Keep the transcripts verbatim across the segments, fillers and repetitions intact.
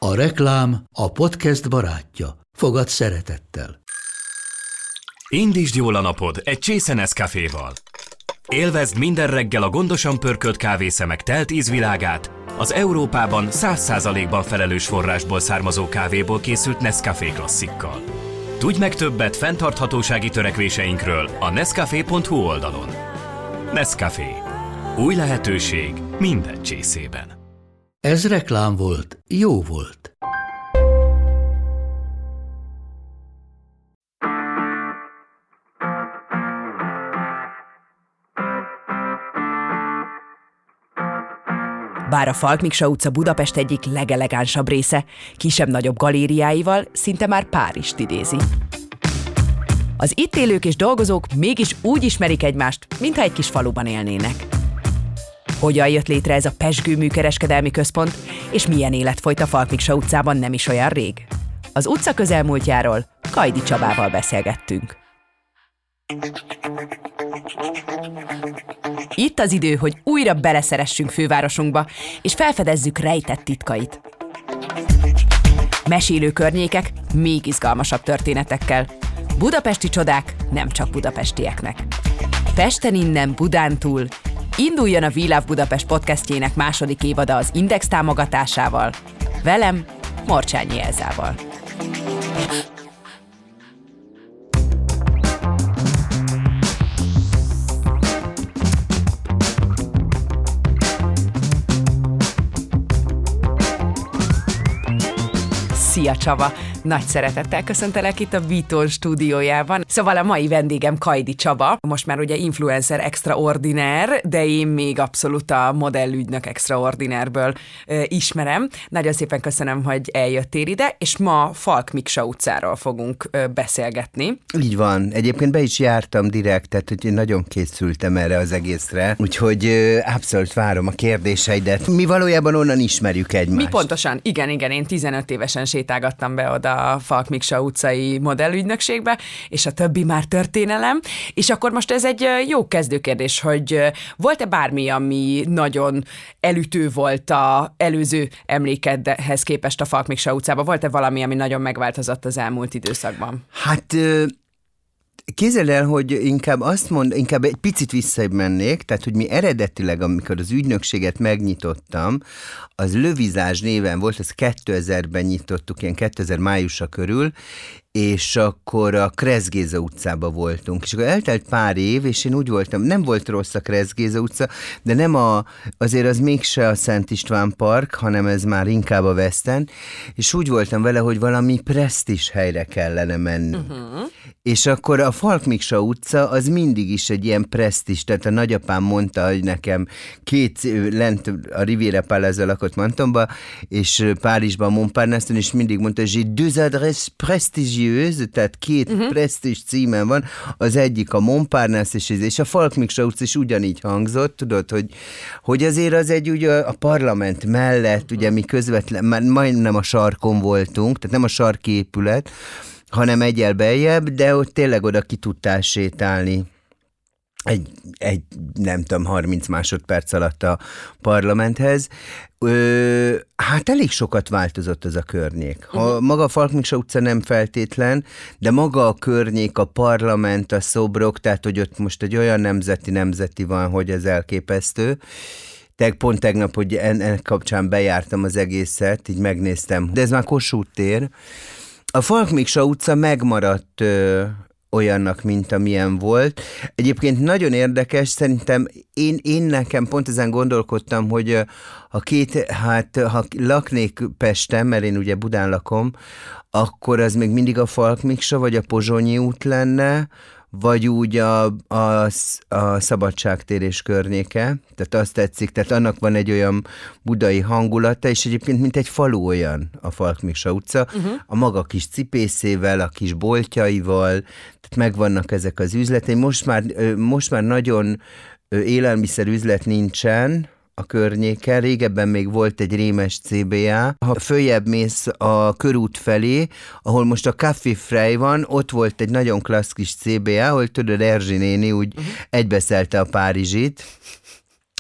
A reklám a podcast barátja. Fogad szeretettel. Indítsd jól a napod egy csésze Nescaféval. Élvezd minden reggel a gondosan pörkölt kávészemek telt ízvilágát, az Európában száz százalékban felelős forrásból származó kávéból készült Nescafé klasszikkal. Tudj meg többet fenntarthatósági törekvéseinkről a nescafé pont hu oldalon. Nescafé. Új lehetőség minden csészében. Ez reklám volt, jó volt. Bár a Falk Miksa utca Budapest egyik legelegánsabb része, kisebb-nagyobb galériáival szinte már Párizst idézi. Az itt élők és dolgozók mégis úgy ismerik egymást, mintha egy kis faluban élnének. Hogyan jött létre ez a pezsgő műkereskedelmi központ, és milyen élet folyt a Falk Miksa utcában nem is olyan rég? Az utca közelmúltjáról Kajdi Csabával beszélgettünk. Itt az idő, hogy újra beleszeressünk fővárosunkba, és felfedezzük rejtett titkait. Mesélő környékek még izgalmasabb történetekkel. Budapesti csodák nem csak budapestieknek. Pesten innen, Budán túl, induljon a We Love Budapest podcastjének második évada az Index támogatásával. Velem, Morcsányi Elzával. Szia Csaba! Nagy szeretettel köszöntelek itt a Beaton stúdiójában. Szóval a mai vendégem Kajdi Csaba, most már ugye influencer extraordinár, de én még abszolút a modellügynök extraordinárből e, ismerem. Nagyon szépen köszönöm, hogy eljöttél ide, és ma Falk Miksa utcáról fogunk e, beszélgetni. Így van. Egyébként be is jártam direkt, tehát hogy én nagyon készültem erre az egészre, úgyhogy e, abszolút várom a kérdéseidet. Mi valójában onnan ismerjük egymást. Mi pontosan? Igen, igen, én tizenöt évesen sétálgattam be oda a Falk Miksa utcai modellügynökségbe, és a többi már történelem. És akkor most ez egy jó kezdőkérdés, hogy volt-e bármi, ami nagyon elütő volt az előző emlékedhez képest a Falk Miksa utcában? Volt-e valami, ami nagyon megváltozott az elmúlt időszakban? Hát... Képzeld el, hogy inkább azt mond, inkább egy picit visszabb mennék, tehát, hogy mi eredetileg, amikor az ügynökséget megnyitottam, az Lövizás néven volt, az kétezerben nyitottuk, ilyen kétezer májusa körül, és akkor a Kressz Géza utcában voltunk. És akkor eltelt pár év, és én úgy voltam, nem volt rossz a Kressz Géza utca, de nem a, azért az mégse a Szent István Park, hanem ez már inkább a West End, és úgy voltam vele, hogy valami presztízs helyre kellene menni. Uh-huh. És akkor a Falk Miksa utca az mindig is egy ilyen presztízs, tehát a nagyapám mondta, hogy nekem két, lent a Riviera Palace-a lakott Mentonba, és Párizsban, Montparnasse-on, és mindig mondta, hogy j'ai deux adresses prestigieuses, tehát két uh-huh. presztízs címen van, az egyik a Montparnasse, és, és a Falk Miksa utca is ugyanígy hangzott, tudod, hogy, hogy azért az egy ugye a parlament mellett, ugye mi közvetlen, már majdnem a sarkon voltunk, tehát nem a sarki épület, hanem egyel beljebb, de ott tényleg oda ki tudtál sétálni egy, egy nem tudom, harminc másodperc alatt a parlamenthez. Ö, hát elég sokat változott az a környék. Ha uh-huh. maga a Falk Miksa utca nem feltétlen, de maga a környék, a parlament, a szobrok, tehát hogy ott most egy olyan nemzeti-nemzeti van, hogy ez elképesztő. Teg, pont tegnap, hogy ennek kapcsán bejártam az egészet, így megnéztem, de ez már Kossuth tér. A Falk Miksa utca megmaradt ö, olyannak, mint amilyen volt. Egyébként nagyon érdekes, szerintem én, én nekem pont ezen gondolkodtam, hogy ha két, hát ha laknék Pesten, mert én ugye Budán lakom, akkor az még mindig a Falk Miksa vagy a Pozsonyi út lenne, vagy úgy a, a, a Szabadságtér és környéke, tehát azt tetszik, tehát annak van egy olyan budai hangulata, és egyébként mint egy falu olyan a Falk Miksa utca, uh-huh. a maga kis cipészével, a kis boltjaival, tehát megvannak ezek az üzletei. Most már, most már nagyon élelmiszerüzlet nincsen a környéken, régebben még volt egy rémes cé bé á. Ha följebb mész a körút felé, ahol most a Café Frey van, ott volt egy nagyon klassz kis cé bé á, ahol tudod, Erzsi néni úgy uh-huh. egybeszelte a párizsit,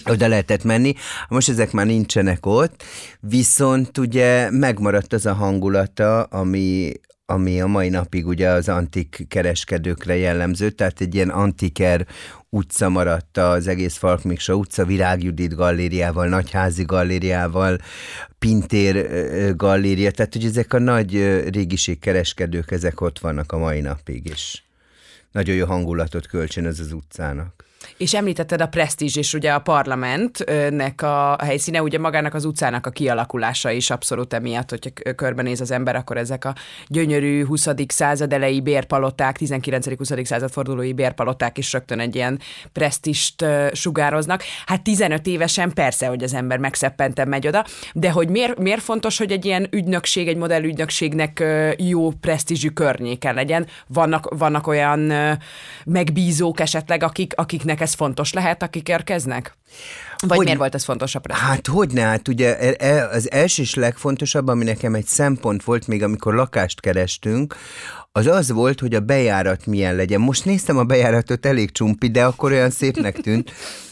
oda lehetett menni. Most ezek már nincsenek ott, viszont ugye megmaradt az a hangulata, ami, ami a mai napig ugye az antik kereskedőkre jellemző, tehát egy ilyen antiker utca maradt az egész Falk Miksa utca, Virág Judit galériával, Nagyházi galériával, Pintér galéria, tehát hogy ezek a nagy régiségkereskedők, ezek ott vannak a mai napig is. Nagyon jó hangulatot kölcsönöz az utcának. És említetted a Presztízs és ugye a Parlamentnek a helyszíne, ugye magának az utcának a kialakulása is abszolút emiatt, hogyha körbenéz az ember, akkor ezek a gyönyörű huszadik század elejé bérpaloták, tizenkilencedik-huszadik század fordulói bérpaloták is rögtön egy ilyen presztízst sugároznak. Hát tizenöt évesen persze, hogy az ember megszeppenten megy oda, de hogy miért, miért fontos, hogy egy ilyen ügynökség, egy modellügynökségnek jó presztízsű környéken legyen? Vannak, vannak olyan megbízók esetleg, akik, akiknek ez fontos lehet, akik érkeznek? Vagy hogy, miért volt ez fontos a presztízs? Hát hogyne, hát ugye az első és legfontosabb, ami nekem egy szempont volt, még amikor lakást kerestünk, az az volt, hogy a bejárat milyen legyen. Most néztem a bejáratot, elég csumpi, de akkor olyan szépnek tűnt.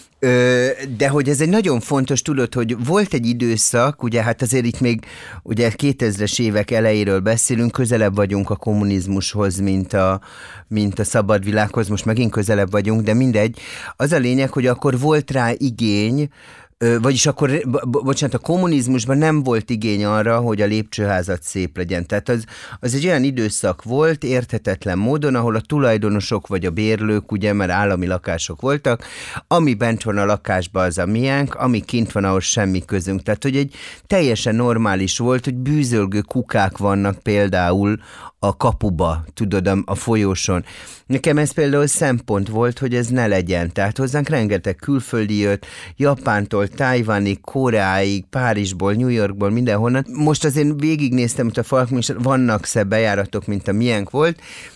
De hogy ez egy nagyon fontos, tudod, hogy volt egy időszak, ugye hát azért itt még ugye kétezres évek elejéről beszélünk, közelebb vagyunk a kommunizmushoz, mint a, mint a szabad világhoz, most megint közelebb vagyunk, de mindegy. Az a lényeg, hogy akkor volt rá igény, vagyis akkor, bocsánat, a kommunizmusban nem volt igény arra, hogy a lépcsőházat szép legyen. Tehát az, az egy olyan időszak volt, érthetetlen módon, ahol a tulajdonosok vagy a bérlők, ugye, mert állami lakások voltak, ami bent van a lakásban, az a miénk, ami kint van, ahhoz semmi közünk. Tehát, hogy egy teljesen normális volt, hogy bűzölgő kukák vannak például a kapuba, tudod, a, a folyóson. Nekem ez például szempont volt, hogy ez ne legyen. Tehát hozzánk rengeteg külföldi jött, Japántól, Tajvanig, Koreáig, Párizsból, New Yorkból, mindenhonnan. Most azért végignéztem, hogy a Falk Miksa, vannak szebb bejáratok, mint a miénk volt,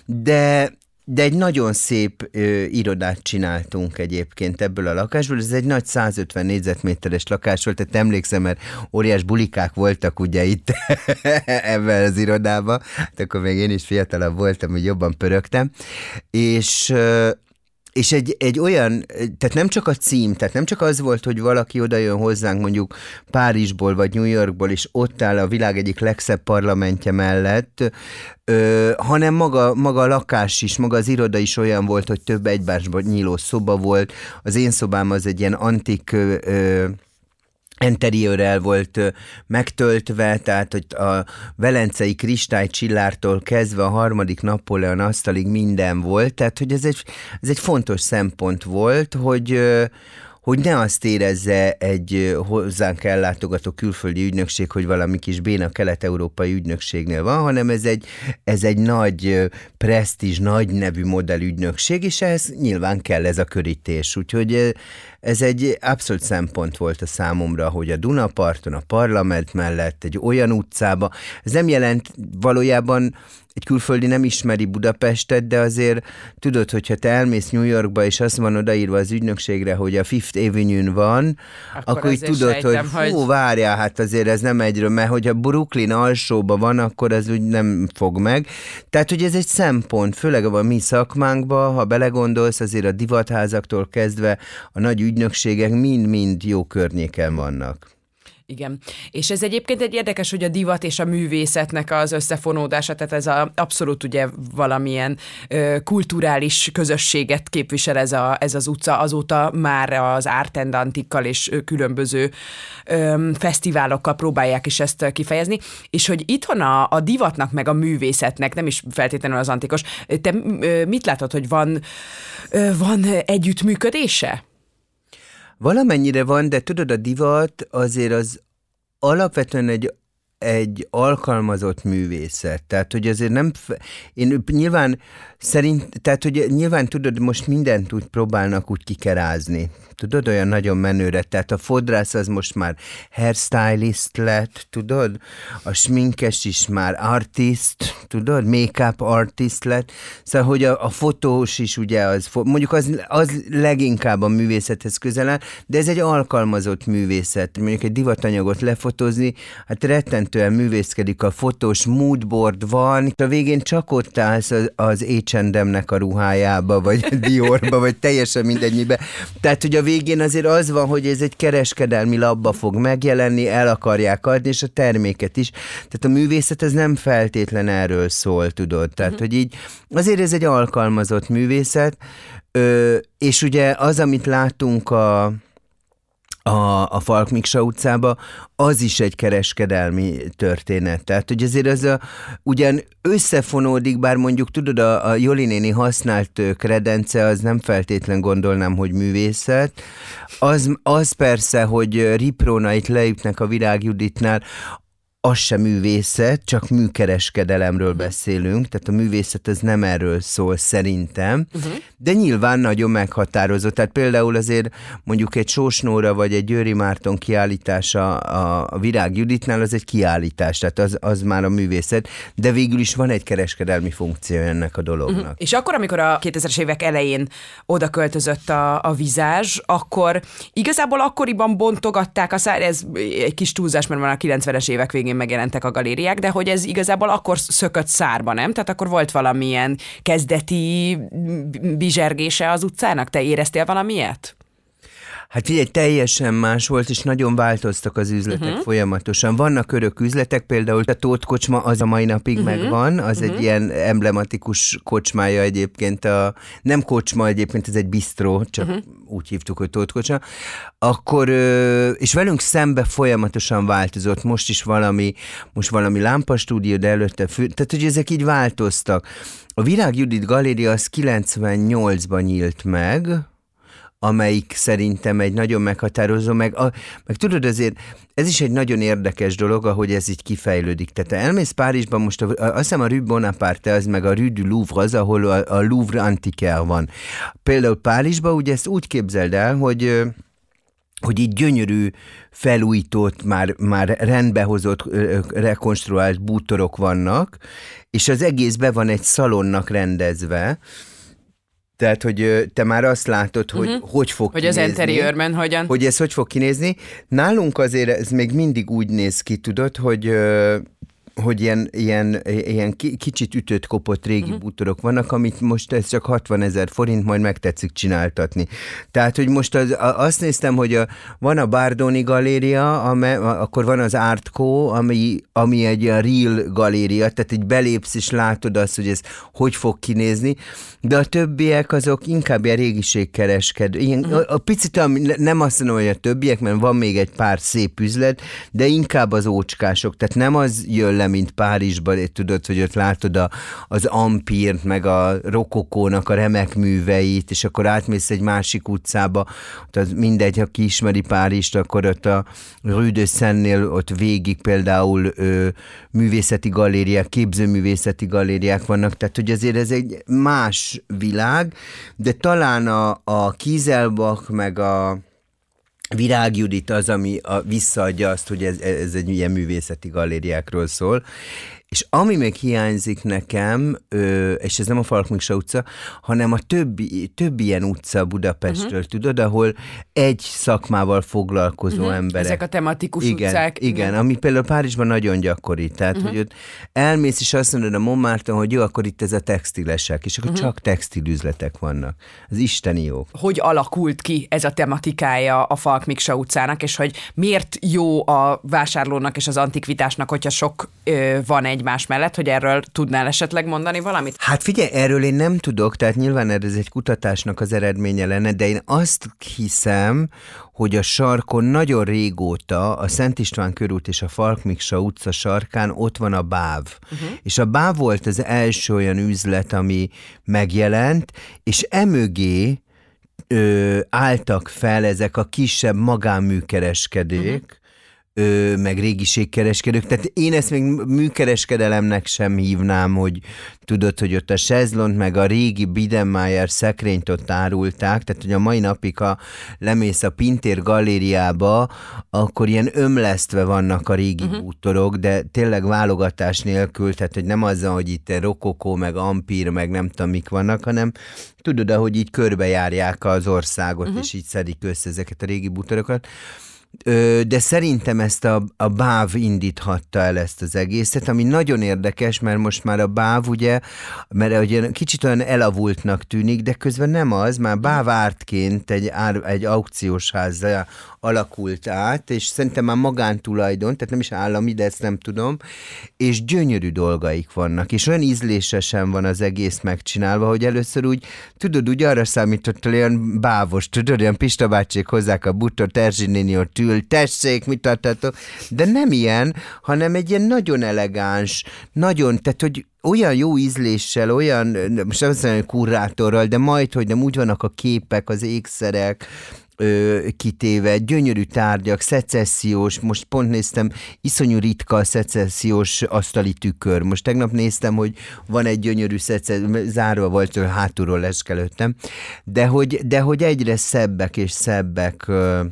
de De egy nagyon szép ö, irodát csináltunk egyébként ebből a lakásból. Ez egy nagy százötven négyzetméteres lakás volt, tehát emlékszem, mert óriás bulikák voltak ugye itt ebben az irodában. Hát akkor még én is fiatalabb voltam, hogy jobban pörögtem. És... Ö, És egy, egy olyan, tehát nem csak a cím, tehát nem csak az volt, hogy valaki oda jön hozzánk mondjuk Párizsból vagy New Yorkból, és ott áll a világ egyik legszebb parlamentje mellett, ö, hanem maga, maga a lakás is, maga az iroda is olyan volt, hogy több egymásban nyíló szoba volt. Az én szobám az egy ilyen antik... Ö, interiőrrel volt megtöltve, tehát hogy a velencei kristálycsillártól kezdve a harmadik Napóleon asztalig minden volt, tehát hogy ez egy, ez egy fontos szempont volt, hogy, hogy ne azt érezze egy hozzánk ellátogató külföldi ügynökség, hogy valami kis béna kelet-európai ügynökségnél van, hanem ez egy, ez egy nagy presztízs, nagy nevű modellügynökség, és ehhez nyilván kell ez a körítés, úgyhogy ez egy abszolút szempont volt a számomra, hogy a Dunaparton, a parlament mellett, egy olyan utcába, ez nem jelent valójában, egy külföldi nem ismeri Budapestet, de azért tudod, hogyha te elmész New Yorkba, és azt van odaírva az ügynökségre, hogy a Fifth Avenue-n van, akkor, akkor így tudod, sejtem, hogy hú, hogy... várjál, hát azért ez nem egyről, mert hogyha Brooklyn alsóba van, akkor az úgy nem fog meg. Tehát, hogy ez egy szempont, főleg a mi szakmánkban, ha belegondolsz, azért a divatházaktól kezdve a nagy ügynökségek mind-mind jó környéken vannak. Igen. És ez egyébként egy érdekes, hogy a divat és a művészetnek az összefonódása, tehát ez a, abszolút ugye valamilyen ö, kulturális közösséget képvisel ez, a, ez az utca, azóta már az ártendantikkal és ö, különböző ö, fesztiválokkal próbálják is ezt kifejezni, és hogy itthon a, a divatnak meg a művészetnek, nem is feltétlenül az antikos, te ö, mit látod, hogy van, ö, van együttműködése? Valamennyire van, de tudod, a divat azért az alapvetően egy, egy alkalmazott művészet. Tehát, hogy azért nem... Én nyilván szerint... Tehát, hogy nyilván tudod, most mindent úgy próbálnak úgy kikerázni. Tudod, olyan nagyon menőre. Tehát a fodrász az most már hairstylist lett, tudod? A sminkes is már artist, tudod? Make-up artist lett. Szóval, hogy a, a fotós is ugye az... Mondjuk az, az leginkább a művészethez közel áll, de ez egy alkalmazott művészet. Mondjuk egy divatanyagot lefotózni, hát rettentően művészkedik a fotós, moodboard van, és a végén csak ott állsz az, az há és em-nek a ruhájába, vagy Diorba, vagy teljesen mindennyibe. Tehát, hogy a végén azért az van, hogy ez egy kereskedelmi labba fog megjelenni, el akarják adni, és a terméket is. Tehát a művészet ez nem feltétlen erről szól, tudod. Tehát, uh-huh. hogy így azért ez egy alkalmazott művészet, ö, és ugye az, amit látunk a a, a Falk Miksa utcába, az is egy kereskedelmi történet. Tehát, hogy azért az a, ugyan összefonódik, bár mondjuk tudod, a, a Joli néni használt kredence, az nem feltétlen gondolnám, hogy művészet. Az, az persze, hogy Ripróna itt leütnek a Virág Juditnál, az sem művészet, csak műkereskedelemről beszélünk, tehát a művészet az nem erről szól szerintem, uh-huh. de nyilván nagyon meghatározó. Tehát például azért mondjuk egy Sós Nóra vagy egy Győri Márton kiállítása a Virág Juditnál, az egy kiállítás, tehát az, az már a művészet, de végül is van egy kereskedelmi funkció ennek a dolognak. Uh-huh. És akkor, amikor a kétezres évek elején oda költözött a, a Vizázs, akkor igazából akkoriban bontogatták a szár, ez egy kis túlzás, mert már a kilencvenes évek végén megjelentek a galériák, de hogy ez igazából akkor szökött szárba, nem? Tehát akkor volt valamilyen kezdeti bizsergése az utcának? Te éreztél valamilyet? Hát figyelj, teljesen más volt, és nagyon változtak az üzletek uh-huh. folyamatosan. Vannak örök üzletek, például a Tóth kocsma az a mai napig uh-huh. megvan, az uh-huh. egy ilyen emblematikus kocsmája egyébként, a, nem kocsma egyébként, ez egy bistró, csak uh-huh. úgy hívtuk, hogy Tóth kocsma. Akkor, és velünk szembe folyamatosan változott, most is valami, most valami lámpastúdió, de előtte fő, tehát hogy ezek így változtak. A Virág Judit Galéria az kilencvennyolcban nyílt meg, amelyik szerintem egy nagyon meghatározó, meg, a, meg tudod azért, ez is egy nagyon érdekes dolog, ahogy ez így kifejlődik. Tehát elmész Párizsban, most a, azt hiszem a Rue Bonaparte, az meg a Rue du Louvre az, ahol a, a Louvre Antiquaire van. Például Párizsban ugye ezt úgy képzeld el, hogy hogy így gyönyörű, felújított, már, már rendbehozott, rekonstruált bútorok vannak, és az egész be van egy szalonnak rendezve. Tehát, hogy te már azt látod, hogy uh-huh. hogy fog hogy kinézni. Hogy az interiőrben hogyan? Hogy ez hogy fog kinézni. Nálunk azért ez még mindig úgy néz ki, tudod, hogy... hogy ilyen, ilyen, ilyen kicsit ütött, kopott régi uh-huh. bútorok vannak, amit most ez csak hatvanezer forint, majd megtetszik csináltatni. Tehát, hogy most az, azt néztem, hogy a, van a Bardoni galéria, ame, akkor van az Artco, ami, ami egy a Real galéria, tehát egy belépsz és látod azt, hogy ez hogy fog kinézni, de a többiek azok inkább ilyen régiségkereskedő. Ilyen, uh-huh. a, a picit, nem azt mondom, hogy a többiek, mert van még egy pár szép üzlet, de inkább az ócskások, tehát nem az jön le, mint Párizsban, tudod, hogy ott látod a, az Ampírt, meg a Rokokónak a remek műveit, és akkor átmész egy másik utcába, ott mindegy, ha ki ismeri Párizst, akkor ott a Rue de Seine-nél ott végig például ö, művészeti galériák, képzőművészeti galériák vannak, tehát hogy azért ez egy más világ, de talán a, a Kieselbach, meg a Virág Judit az, ami a, visszaadja azt, hogy ez, ez egy ilyen művészeti galériákról szól. És ami még hiányzik nekem, ö, és ez nem a Falk Miksa utca, hanem a többi, többi ilyen utca Budapestről, uh-huh. tudod, ahol egy szakmával foglalkozó uh-huh. emberek. Ezek a tematikus igen, utcák. Igen, igen, ami például Párizsban nagyon gyakori. Tehát, uh-huh. hogy ott elmész, és azt mondod a Montmartre-on, hogy jó, akkor itt ez a textilesek, és akkor uh-huh. csak textilüzletek vannak. Az isteni jó. Hogy alakult ki ez a tematikája a Falk Miksa utcának, és hogy miért jó a vásárlónak és az antikvitásnak, hogyha sok ö, van egymás mellett, hogy erről tudnál esetleg mondani valamit? Hát figyelj, erről én nem tudok, tehát nyilván ez egy kutatásnak az eredménye lenne, de én azt hiszem, hogy a sarkon nagyon régóta a Szent István körút és a Falk Miksa utca sarkán ott van a báv. Uh-huh. És a báv volt az első olyan üzlet, ami megjelent, és emögé ö, álltak fel ezek a kisebb magánműkereskedők, uh-huh. Ö, meg régiségkereskedők, tehát én ezt még műkereskedelemnek sem hívnám, hogy tudod, hogy ott a sezlont, meg a régi Biedermeier szekrényt ott árulták, tehát hogy a mai napig, ha lemész a Pintér galériába, akkor ilyen ömlesztve vannak a régi uh-huh. bútorok, de tényleg válogatás nélkül, tehát hogy nem azzal, hogy itt rokokó, meg ampír, meg nem tudom mik vannak, hanem tudod, ahogy így körbejárják az országot, uh-huh. és így szedik össze ezeket a régi bútorokat. de szerintem ezt a, a báv indíthatta el ezt az egészet, ami nagyon érdekes, mert most már a báv ugye, mert ugye kicsit olyan elavultnak tűnik, de közben nem az, már báv ártként egy, ár, egy aukciós házzal alakult át, és szerintem már magántulajdon, tehát nem is állami, de ezt nem tudom, és gyönyörű dolgaik vannak, és olyan ízlésesen van az egész megcsinálva, hogy először úgy, tudod, úgy arra számítottál, olyan bávos, tudod, olyan Pista bácsék hozzák a butot, Erzsi néni ott ül, tessék, mit adtatok, de nem ilyen, hanem egy ilyen nagyon elegáns, nagyon, tehát, hogy olyan jó ízléssel, olyan, most azt mondom, hogy kurátorral, de majd, hogy nem úgy vannak a képek, az ékszerek, Ö, kitéve, gyönyörű tárgyak, szecessziós, most pont néztem, iszonyú ritka szecessziós asztali tükör. Most tegnap néztem, hogy van egy gyönyörű szecessziós, zárva volt, hátulról leskelődtem, de hogy, de hogy egyre szebbek és szebbek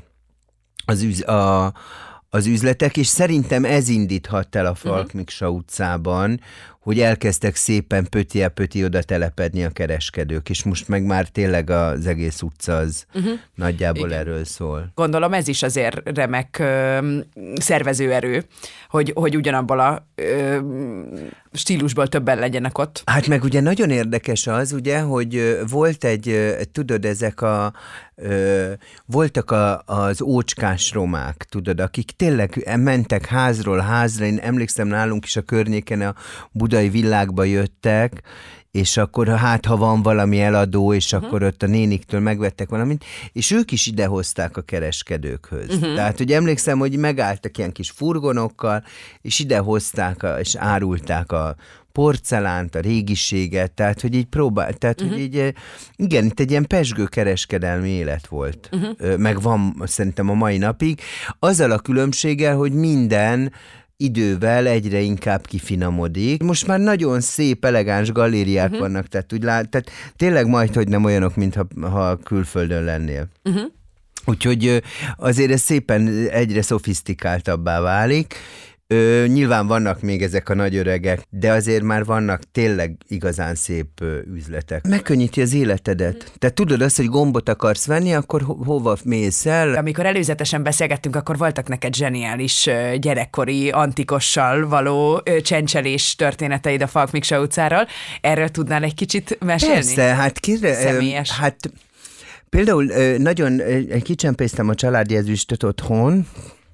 az, üz, a, az üzletek, és szerintem ez indíthat el a Falk Miksa utcában, hogy elkezdtek szépen pöti-pöti oda telepedni a kereskedők, és most meg már tényleg az egész utca az uh-huh. nagyjából igen. erről szól. Gondolom ez is azért remek ö, szervezőerő, hogy, hogy ugyanabból a ö, stílusból többen legyenek ott. Hát meg ugye nagyon érdekes az, ugye, hogy volt egy, tudod, ezek a ö, voltak a, az ócskás romák, tudod, akik tényleg mentek házról házra, én emlékszem nálunk is a környéken a budai villágba jöttek, és akkor hát, ha van valami eladó, és uh-huh. akkor ott a néniktől megvettek valamit, és ők is idehozták a kereskedőkhöz. Uh-huh. Tehát, hogy emlékszem, hogy megálltak ilyen kis furgonokkal, és idehozták, a, és árulták a porcelánt, a régiséget, tehát, hogy így próbál, tehát, uh-huh. hogy így, igen, itt egy ilyen pezsgő kereskedelmi élet volt. Uh-huh. Meg van szerintem a mai napig. Azzal a különbséggel, hogy minden idővel egyre inkább kifinamodik. Most már nagyon szép, elegáns galériák uh-huh. vannak, tehát, úgy lát, tehát tényleg majd, hogy nem olyanok, mintha ha külföldön lennél. Uh-huh. Úgyhogy azért ez szépen egyre szofisztikáltabbá válik. Ö, nyilván vannak még ezek a nagy öregek, de azért már vannak tényleg igazán szép ö, üzletek. Megkönnyíti az életedet. Te tudod azt, hogy gombot akarsz venni, akkor ho- hova mész el? Amikor előzetesen beszélgettünk, akkor voltak neked zseniális ö, gyerekkori antikossal való ö, csencselés történeteid a Falk Miksa utcáról. Erről tudnál egy kicsit mesélni? Persze, hát kire, Személyes. Ö, hát például ö, nagyon ö, kicsempésztem a családi ezüstöt otthon,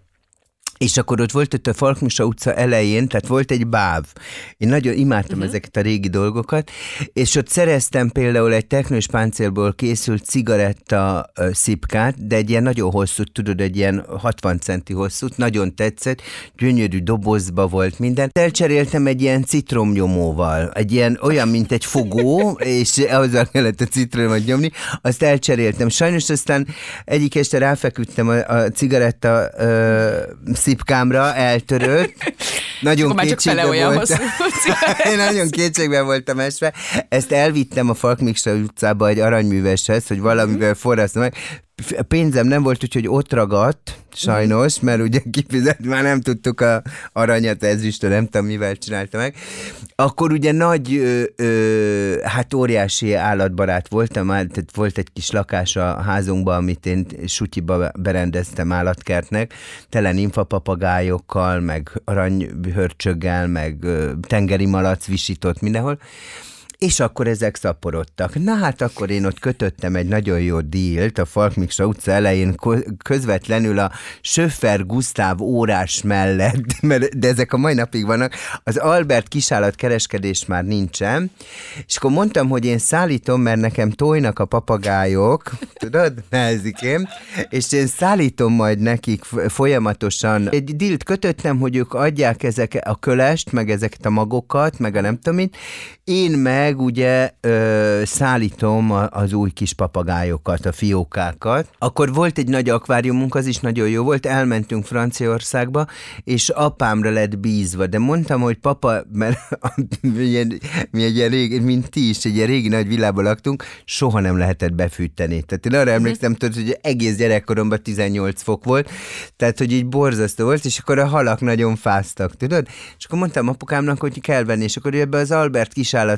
és akkor ott volt ott a Falk Miksa utca elején, tehát volt egy báv. Én nagyon imádtam uh-huh. ezeket a régi dolgokat, és ott szereztem például egy teknős páncélból készült cigaretta uh, szipkát, de egy ilyen nagyon hosszú, tudod, egy ilyen hatvan centi hosszút, nagyon tetszett, gyönyörű dobozba volt minden. Elcseréltem egy ilyen citromnyomóval, egy ilyen olyan, mint egy fogó, és azzal kellett a citromot nyomni, azt elcseréltem. Sajnos aztán egyik este ráfeküdtem a, a cigaretta uh, szipkámra, eltörött. Nagyon kétségbe voltam. Én nagyon kétségbe voltam esve. Ezt elvittem a Falk Miksa utcába egy aranyműveshez, hogy valamivel forrasztom meg. Pénzem nem volt, úgyhogy ott ragadt, sajnos, mert ugye kifizet, már nem tudtuk a aranyat, ezüstöt, nem tudom, mivel csinálta meg. Akkor ugye nagy, ö, ö, hát óriási állatbarát voltam, tehát volt egy kis lakás a házunkban, amit én sutyiba berendeztem állatkertnek, tele nimfapapagályokkal, meg aranyhörcsöggel, meg ö, tengeri malac visított mindenhol. És akkor ezek szaporodtak. Na hát akkor én ott kötöttem egy nagyon jó dílt a Falk Miksa utca elején közvetlenül a Söffer Gusztáv órás mellett, mert, de ezek a mai napig vannak, az Albert kisállatkereskedés már nincsen, és akkor mondtam, hogy én szállítom, mert nekem tojnak a papagájok, tudod, nehezikém, és én szállítom majd nekik folyamatosan. Egy dílt kötöttem, hogy ők adják ezek a kölest, meg ezeket a magokat, meg a nem tudom mit, én meg meg ugye ö, szállítom a, az új kis papagájokat, a fiókákat. Akkor volt egy nagy akváriumunk, az is nagyon jó volt, elmentünk Franciaországba, és apámra lett bízva, de mondtam, hogy papa, mert milyen, mi egy ilyen régi, mint ti is, egy ilyen régi nagy villában laktunk, soha nem lehetett befűteni. Tehát én arra emlékszem, tudod, hogy egész gyerekkoromban tizennyolc fok volt, tehát hogy így borzasztó volt, és akkor a halak nagyon fáztak, tudod? És akkor mondtam apukámnak, hogy kell venni, és akkor ebbe az Albert kisállatkereskedés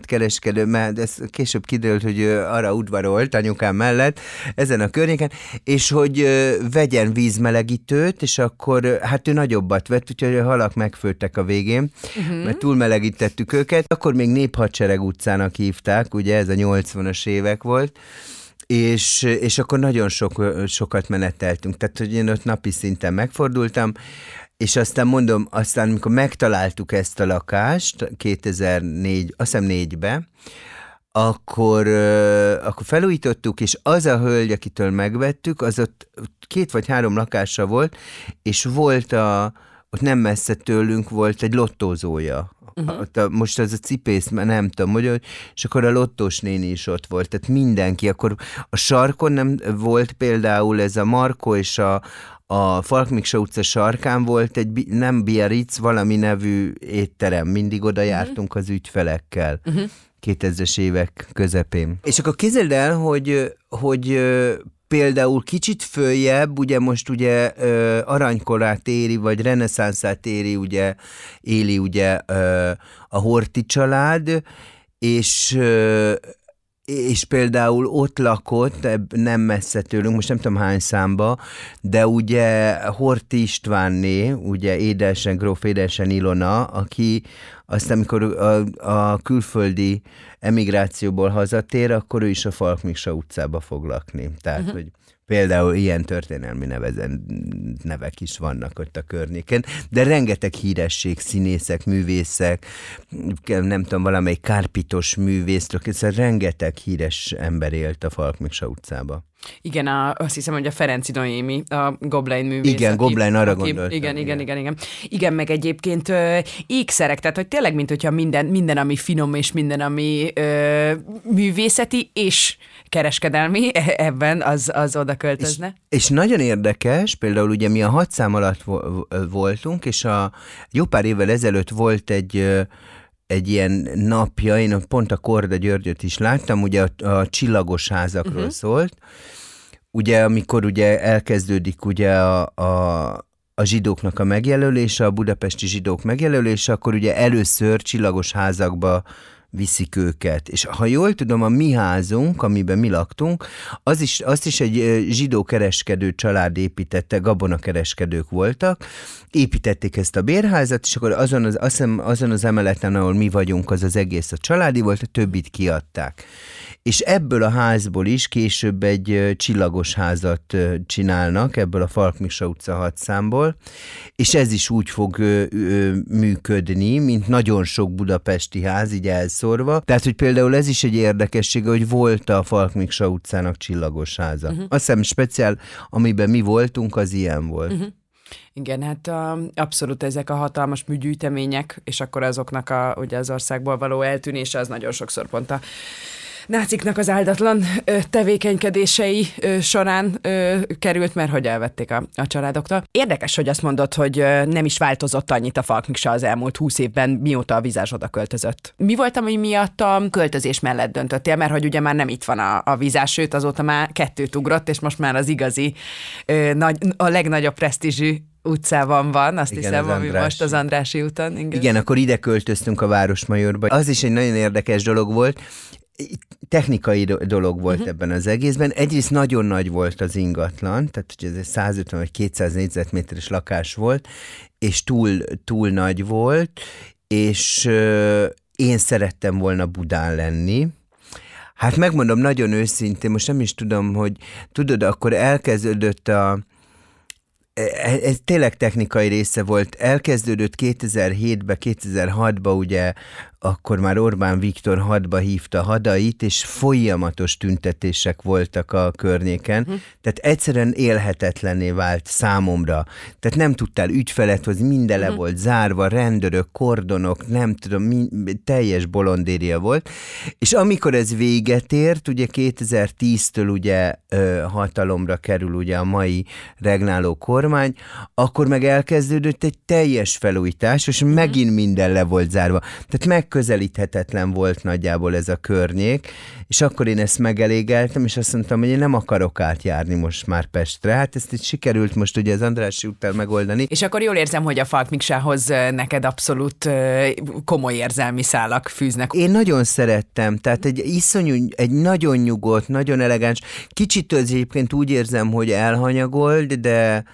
kereskedő, mert ez később kiderült, hogy arra udvarolt anyukám mellett, ezen a környéken, és hogy vegyen vízmelegítőt, és akkor hát ő nagyobbat vett, úgyhogy a halak megfőttek a végén, uh-huh. mert túlmelegítettük őket. Akkor még Néphadsereg utcának hívták, ugye ez a nyolcvanas évek volt, és, és akkor nagyon sok, sokat meneteltünk, tehát hogy én ott napi szinten megfordultam, és aztán mondom, aztán amikor megtaláltuk ezt a lakást kétezer-négy, azt hiszem négybe, akkor, akkor felújítottuk, és az a hölgy, akitől megvettük, az ott két vagy három lakása volt, és volt a, ott nem messze tőlünk volt egy lottózója. Uh-huh. Ott a, most az a cipész, mert nem tudom, hogy, és akkor a lottós néni is ott volt, tehát mindenki. Akkor a sarkon nem volt például ez a Markó és a A Falk Miksa utca sarkán volt egy, nem Biarritz, valami nevű étterem. Mindig oda jártunk az ügyfelekkel. Uh-huh. kétezres évek közepén. És akkor képzeld el, hogy, hogy például kicsit följebb, ugye most ugye aranykorát éri, vagy reneszánszát éri, ugye éli ugye a Horthy család, és és például ott lakott, nem messze tőlünk, most nem tudom hány számba, de ugye Horthy Istvánné, ugye édesen, gróf édesen Ilona, aki aztán, amikor a, a külföldi emigrációból hazatér, akkor ő is a Falk Miksa utcába fog lakni. Tehát, uh-huh. hogy például ilyen történelmi nevezen nevek is vannak ott a környéken, de rengeteg híresség, színészek, művészek, nem tudom, valamelyik kárpitos művészről, szóval rengeteg híres ember élt a Falk Miksa utcába. Igen, a, azt hiszem, hogy a Ferenci Noémi, a Gobelin művész. Igen, Gobelin, arra gondoltam. Igen, igen, igen, igen. Igen, meg egyébként ö, ékszerek, tehát hogy tényleg, mint hogyha minden, minden ami finom, és minden, ami ö, művészeti, és kereskedelmi, ebben az, az oda költözne. És, és nagyon érdekes, például ugye mi a hat szám alatt voltunk, és a jó pár évvel ezelőtt volt egy egy ilyen napja, én pont a Korda Györgyöt is láttam, ugye a, a csillagos házakról uh-huh. szólt, ugye amikor ugye elkezdődik ugye a, a, a zsidóknak a megjelölése, a budapesti zsidók megjelölése, akkor ugye először csillagos házakba viszik őket. És ha jól tudom, a mi házunk, amiben mi laktunk, az is, azt is egy zsidó kereskedő család építette, gabonakereskedők voltak, építették ezt a bérházat, és akkor azon az, azt hiszem, azon az emeleten, ahol mi vagyunk, az az egész a családi volt, a többit kiadták. És ebből a házból is később egy csillagos házat csinálnak, ebből a Falk Miksa utca hat számból, és ez is úgy fog ö, ö, működni, mint nagyon sok budapesti ház, így elszórva. Tehát, hogy például ez is egy érdekessége, hogy volt a Falk Miksa utcának csillagos háza. Uh-huh. Azt hiszem speciál, amiben mi voltunk, az ilyen volt. Uh-huh. Igen, hát a, abszolút ezek a hatalmas műgyűjtemények, és akkor azoknak a, ugye az országból való eltűnése, az nagyon sokszor pont a náciknak az áldatlan ö, tevékenykedései ö, során ö, került, mert hogy elvették a, a családoktól. Érdekes, hogy azt mondod, hogy ö, nem is változott annyit a Falk Miksa az elmúlt húsz évben, mióta a Vizás oda költözött. Mi volt, ami miatt a költözés mellett döntöttél? Mert hogy ugye már nem itt van a, a Vizás, sőt azóta már kettőt ugrott, és most már az igazi, ö, nagy, a legnagyobb presztízsű utcában van, azt igen, hiszem, ami most az Andrássy úton. Igen. igen, akkor ide költöztünk a Városmajorba. Az is egy nagyon érdekes dolog volt, technikai dolog volt uh-huh. ebben az egészben. Egyrészt nagyon nagy volt az ingatlan, tehát hogy ez egy százötven vagy kétszáz négyzetméteres lakás volt, és túl, túl nagy volt, és euh, én szerettem volna Budán lenni. Hát megmondom nagyon őszintén, most nem is tudom, hogy tudod, akkor elkezdődött a ez tényleg technikai része volt. Elkezdődött kétezer-hétben, kétezer-hatban, ugye, akkor már Orbán Viktor hadba hívta hadait, és folyamatos tüntetések voltak a környéken. Hm. Tehát egyszerűen élhetetlenné vált számomra. Tehát nem tudtál ügyfelet hozni, minden le hm. volt zárva, rendőrök, kordonok, nem tudom, mi, teljes bolondéria volt. És amikor ez véget ért, ugye kétezer-tíztől ugye hatalomra kerül ugye a mai regnáló kormány, kormány, akkor meg elkezdődött egy teljes felújítás, és uh-huh. megint minden le volt zárva. Tehát megközelíthetetlen volt nagyjából ez a környék, és akkor én ezt megelégeltem, és azt mondtam, hogy én nem akarok átjárni most már Pestre. Hát ezt itt sikerült most ugye az Andrássy úttal megoldani. És akkor jól érzem, hogy a Falk Miksához neked abszolút komoly érzelmi szálak fűznek. Én nagyon szerettem, tehát egy iszonyú, egy nagyon nyugodt, nagyon elegáns, kicsit egyébként úgy érzem, hogy elhanyagolt, de,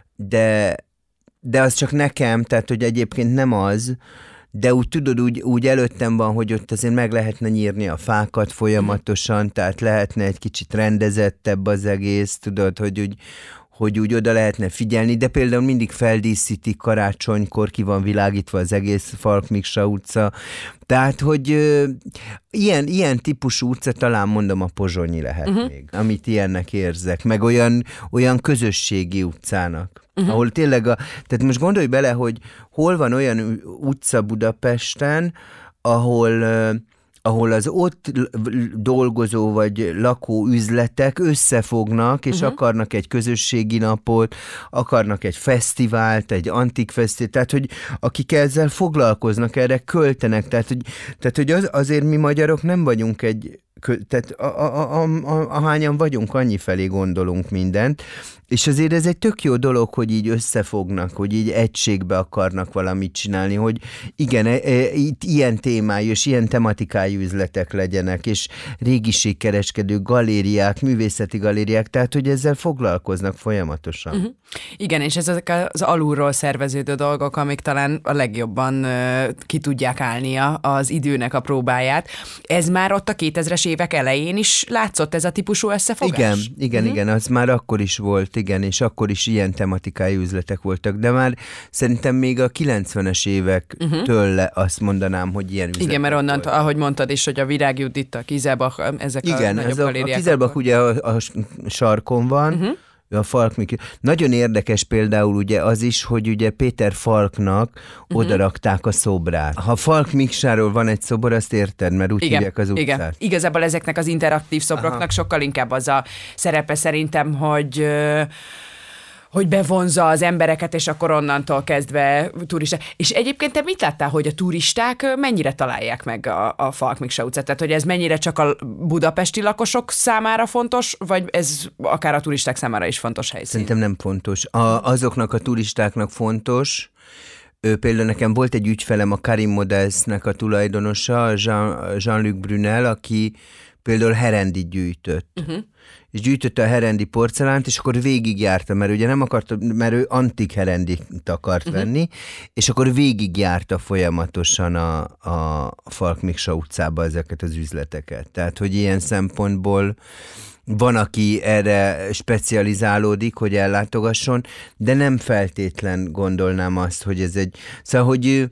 de, de az csak nekem, tehát hogy egyébként nem az, de úgy tudod, úgy, úgy előttem van, hogy ott azért meg lehetne nyírni a fákat folyamatosan, tehát lehetne egy kicsit rendezettebb az egész, tudod, hogy úgy, hogy úgy oda lehetne figyelni, de például mindig feldíszítik karácsonykor, ki van világítva az egész Falk Miksa utca. Tehát, hogy ö, ilyen, ilyen típusú utca, talán mondom a Pozsonyi lehet uh-huh. még, amit ilyennek érzek, meg olyan, olyan közösségi utcának. Uh-huh. Ahol tényleg, a, tehát most gondolj bele, hogy hol van olyan utca Budapesten, ahol... Ö, ahol az ott dolgozó vagy lakó üzletek összefognak, és uh-huh. akarnak egy közösségi napot, akarnak egy fesztivált, egy antik fesztivált, tehát, hogy akik ezzel foglalkoznak, erre költenek, tehát, hogy, tehát, hogy az, azért mi magyarok nem vagyunk egy, tehát a, a, a, a, ahányan vagyunk, annyi felé gondolunk mindent, és azért ez egy tök jó dolog, hogy így összefognak, hogy így egységbe akarnak valamit csinálni, hogy igen, e, e, itt ilyen témájú és ilyen tematikájú üzletek legyenek, és régiségkereskedő galériák, művészeti galériák, tehát hogy ezzel foglalkoznak folyamatosan. Uh-huh. Igen, és ezek az alulról szerveződő dolgok, amik talán a legjobban uh, ki tudják állni az időnek a próbáját. Ez már ott a kétezres évek elején is látszott, ez a típusú összefogás? Igen, igen, uh-huh. igen, az már akkor is volt, igen, és akkor is ilyen tematikájú üzletek voltak, de már szerintem még a kilencvenes évektől uh-huh. azt mondanám, hogy ilyen üzletek igen, mert onnan, voltak. Ahogy mondtad is, hogy a Virág Judit, a Kizelbach, ezek igen, a nagyobb ez a, galériák. a Kizelbach ugye a, a sarkon van, uh-huh. a Falk Miksa. Nagyon érdekes például ugye az is, hogy ugye Péter Falknak uh-huh. odarakták a szobrát. Ha Falk Miksáról van egy szobor, azt érted, mert úgy igen, hívják az utcát. Igen. Igazából ezeknek az interaktív szobroknak aha. sokkal inkább az a szerepe szerintem, hogy hogy bevonza az embereket, és akkor onnantól kezdve turisták. És egyébként te mit láttál, hogy a turisták mennyire találják meg a, a Falk Miksa utcát? Tehát, hogy ez mennyire csak a budapesti lakosok számára fontos, vagy ez akár a turisták számára is fontos helyszín? Szerintem nem fontos. A, azoknak a turistáknak fontos. Ő, például nekem volt egy ügyfelem, a Karim Modelsnek a tulajdonosa, Jean, Jean-Luc Brunel, aki például herendit gyűjtött. Uh-huh. És gyűjtötte a herendi porcelánt, és akkor végigjárta, mert ugye nem akarta, mert ő antik herendit akart uh-huh. venni, és akkor végigjárta folyamatosan a, a Falk Miksa utcába ezeket az üzleteket. Tehát, hogy ilyen szempontból van, aki erre specializálódik, hogy ellátogasson, de nem feltétlen gondolnám azt, hogy ez egy... Szóval, hogy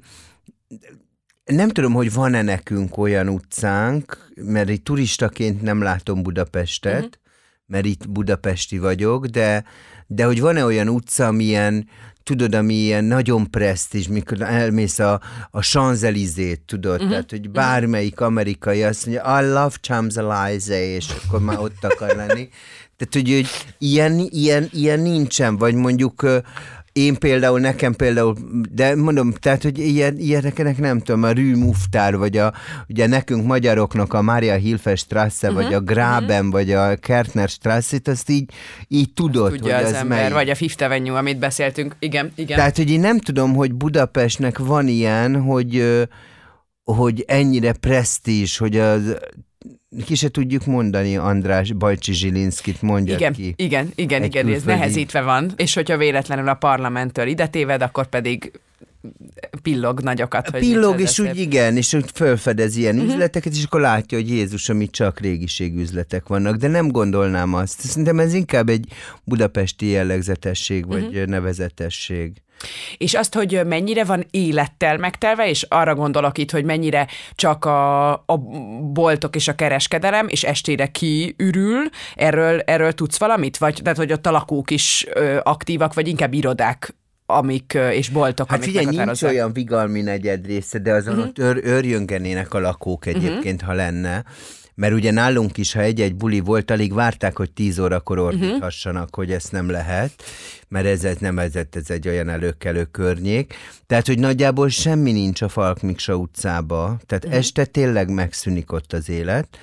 nem tudom, hogy van-e nekünk olyan utcánk, mert itt turistaként nem látom Budapestet, uh-huh. mert itt budapesti vagyok, de, de hogy van-e olyan utca, amilyen, tudod, ami ilyen nagyon presztízs, mikor elmész a, a Champs-Élysées-t, tudod, uh-huh. tehát, hogy bármelyik amerikai azt mondja, I love Champs-Élysées, és akkor már ott akar lenni. Tehát, hogy, hogy ilyen, ilyen, ilyen nincsen, vagy mondjuk én például, nekem például, de mondom, tehát, hogy ilyen, ilyeneknek nem tudom, a Rue Muftár, vagy a, ugye nekünk magyaroknak a Maria Hilfer Strasse, uh-huh. vagy a Graben, uh-huh. vagy a Kertner Strasse-t, azt így, így tudod, azt tudja hogy az az ember, mely... vagy a Fifth Avenue, amit beszéltünk, igen, igen. Tehát, hogy én nem tudom, hogy Budapestnek van ilyen, hogy, hogy ennyire presztízs, hogy az... Ki se tudjuk mondani, András Bajcsi Zsilinszkit mondja igen, ki. Igen, igen, igen, ez nehezítve van, és hogyha véletlenül a parlamenttől ide téved, akkor pedig pillog nagyokat. Hogy pillog, és úgy igen, és úgy felfedez ilyen uh-huh. üzleteket, és akkor látja, hogy Jézusom, itt csak régiségű üzletek vannak, de nem gondolnám azt. Szerintem ez inkább egy budapesti jellegzetesség, vagy uh-huh. nevezetesség. És azt, hogy mennyire van élettel megtelve, és arra gondolok itt, hogy mennyire csak a, a boltok és a kereskedelem, és estére kiürül, erről, erről tudsz valamit? Vagy tehát, hogy ott a lakók is ö, aktívak, vagy inkább irodák, amik, és boltok, hát amik figyelj, meghatározzák? nincs olyan Vigalmi negyed része, de azon uh-huh. ott ör, örjöngenének a lakók egyébként, uh-huh. ha lenne. Mert ugye nálunk is, ha egy-egy buli volt, alig várták, hogy tíz órakor ordíthassanak, uh-huh. hogy ezt nem lehet, mert ez nem vezet, ez egy olyan előkelő környék. Tehát, hogy nagyjából semmi nincs a Falk Miksa utcába. Tehát uh-huh. este tényleg megszűnik ott az élet.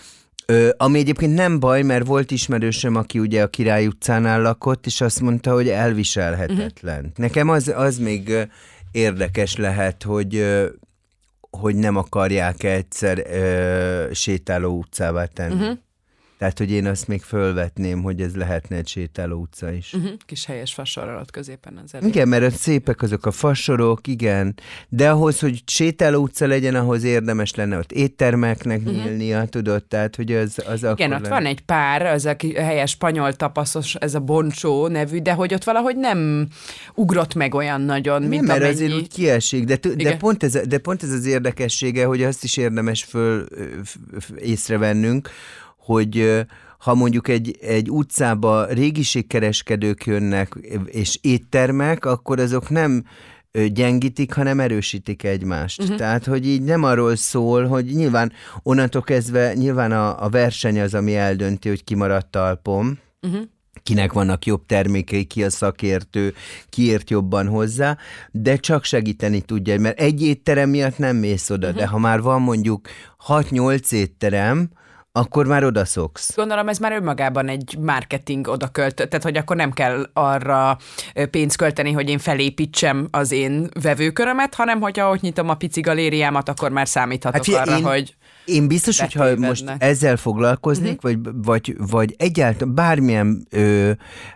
Ö, ami egyébként nem baj, mert volt ismerősöm, aki ugye a Király utcánál lakott, és azt mondta, hogy elviselhetetlen. Uh-huh. Nekem az, az még érdekes lehet, hogy, hogy nem akarják egyszer ö, sétáló utcává tenni. Uh-huh. Tehát, hogy én azt még fölvetném, hogy ez lehetne egy sétáló utca is. Uh-huh. Kis helyes fasorral ott középen az elég. Igen, mert ott szépek azok a fasorok, igen. De ahhoz, hogy sétáló utca legyen, ahhoz érdemes lenne ott éttermeknek uh-huh. nyílnia, tudod? Tehát, hogy az, az igen, ott lenne. Van egy pár, ez a helyes spanyol tapaszos, ez a Boncsó nevű, de hogy ott valahogy nem ugrott meg olyan nagyon, nem, mint mert amennyi... azért úgy kiesik, de, de, pont ez, de pont ez az érdekessége, hogy azt is érdemes föl f, f, észrevennünk, hogy ha mondjuk egy, egy utcába régiségkereskedők jönnek és éttermek, akkor azok nem gyengítik, hanem erősítik egymást. Uh-huh. Tehát, hogy így nem arról szól, hogy nyilván onnantól kezdve nyilván a, a verseny az, ami eldönti, hogy ki maradt talpon, uh-huh. kinek vannak jobb termékei, ki a szakértő, ki ért jobban hozzá, de csak segíteni tudja, mert egy étterem miatt nem mész oda, uh-huh. de ha már van mondjuk hat-nyolc étterem, akkor már odaszoksz. Gondolom, ez már önmagában egy marketing odakölt, tehát hogy akkor nem kell arra pénzt költeni, hogy én felépítsem az én vevőkörömet, hanem hogyha ahogy nyitom a pici galériámat, akkor már számíthatok hát, arra, én, hogy én biztos, hogyha most ezzel foglalkoznék, uh-huh. vagy, vagy, vagy egyáltalán bármilyen ö,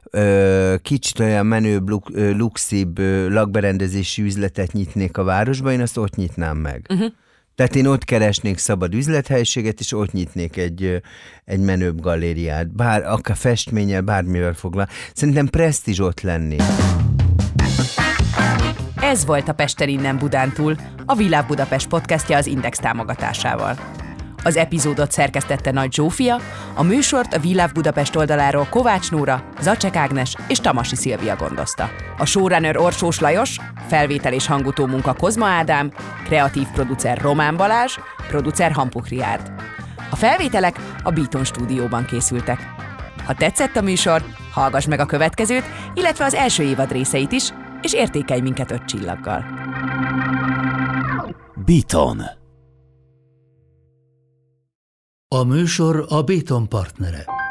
ö, kicsit olyan menőbb, luxibb ö, lakberendezési üzletet nyitnék a városba, én azt ott nyitnám meg. Uh-huh. Tehát én ott keresnék szabad üzlethelyiséget, és ott nyitnék egy, egy menőbb galériát. Bár, akár festménnyel, bármivel foglal. Szerintem presztízs ott lenni. Ez volt a Pester innen Budántúl, a Világ Budapest podcastja az Index támogatásával. Az epizódot szerkesztette Nagy Zsófia, a műsort a Világ Budapest oldaláról Kovács Nóra, Zacsek Ágnes és Tamasi Szilvia gondozta. A showrunner Orsós Lajos, felvétel és hangutó munka Kozma Ádám, kreatív producer Román Balázs, producer Hampuk Riárd. A felvételek a Beaton stúdióban készültek. Ha tetszett a műsor, hallgass meg a következőt, illetve az első évad részeit is, és értékelj minket öt csillaggal. Beaton. A műsor a Beaton partnere.